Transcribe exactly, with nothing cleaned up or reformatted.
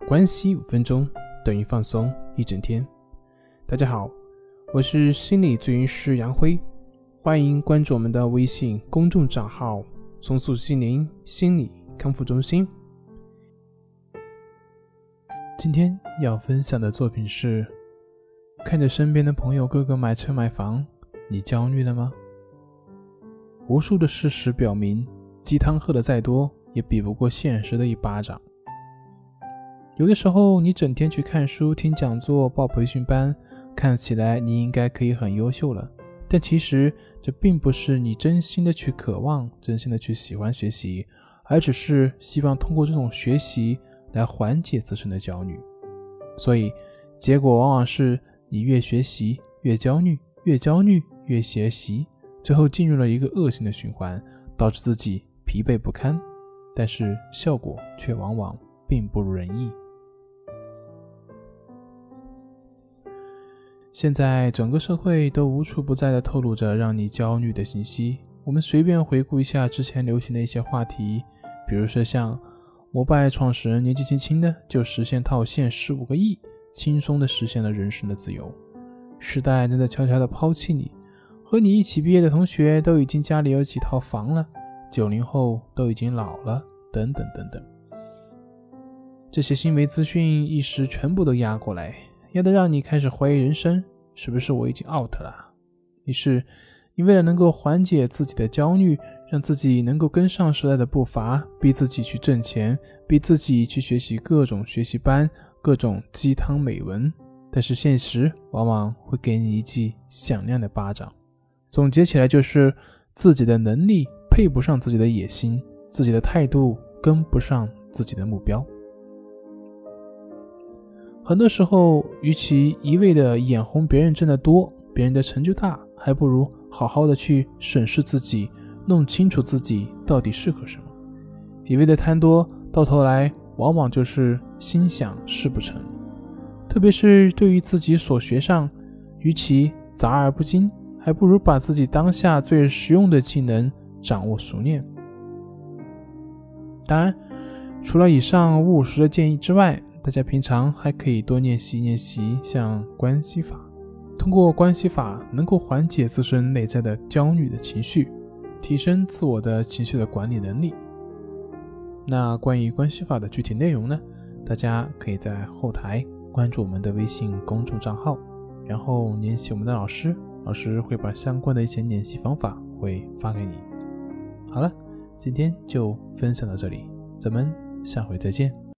关系五分钟等于放松一整天。大家好，我是心理咨询师杨辉，欢迎关注我们的微信公众账号重塑心灵心理康复中心。今天要分享的作品是：看着身边的朋友个个买车买房，你焦虑了吗？无数的事实表明，鸡汤喝得再多也比不过现实的一巴掌。有的时候你整天去看书、听讲座、报培训班，看起来你应该可以很优秀了，但其实这并不是你真心的去渴望、真心的去喜欢学习，而只是希望通过这种学习来缓解自身的焦虑。所以结果往往是你越学习越焦虑，越焦虑越学习，最后进入了一个恶性的循环，导致自己疲惫不堪，但是效果却往往并不如人意。现在整个社会都无处不在地透露着让你焦虑的信息，我们随便回顾一下之前流行的一些话题，比如说像摩拜创始人年纪轻轻的就实现套现十五个亿，轻松地实现了人生的自由，时代正在悄悄地抛弃你，和你一起毕业的同学都已经家里有几套房了，九零后都已经老了，等等等等。这些新闻资讯一时全部都压过来，压得让你开始怀疑人生，是不是我已经 out 了？于是你为了能够缓解自己的焦虑，让自己能够跟上时代的步伐，逼自己去挣钱，逼自己去学习各种学习班，各种鸡汤美文，但是现实往往会给你一记响亮的巴掌。总结起来就是自己的能力配不上自己的野心，自己的态度跟不上自己的目标。很多时候与其一味的眼红别人挣得多，别人的成就大，还不如好好的去审视自己，弄清楚自己到底适合什么。一味的贪多，到头来往往就是心想事不成。特别是对于自己所学上，与其杂而不精，还不如把自己当下最实用的技能掌握熟练。当然，除了以上务实的建议之外，大家平常还可以多练习练习像关系法，通过关系法能够缓解自身内在的焦虑的情绪，提升自我的情绪的管理能力。那关于关系法的具体内容呢，大家可以在后台关注我们的微信公众账号，然后联系我们的老师，老师会把相关的一些练习方法会发给你。好了，今天就分享到这里，咱们下回再见。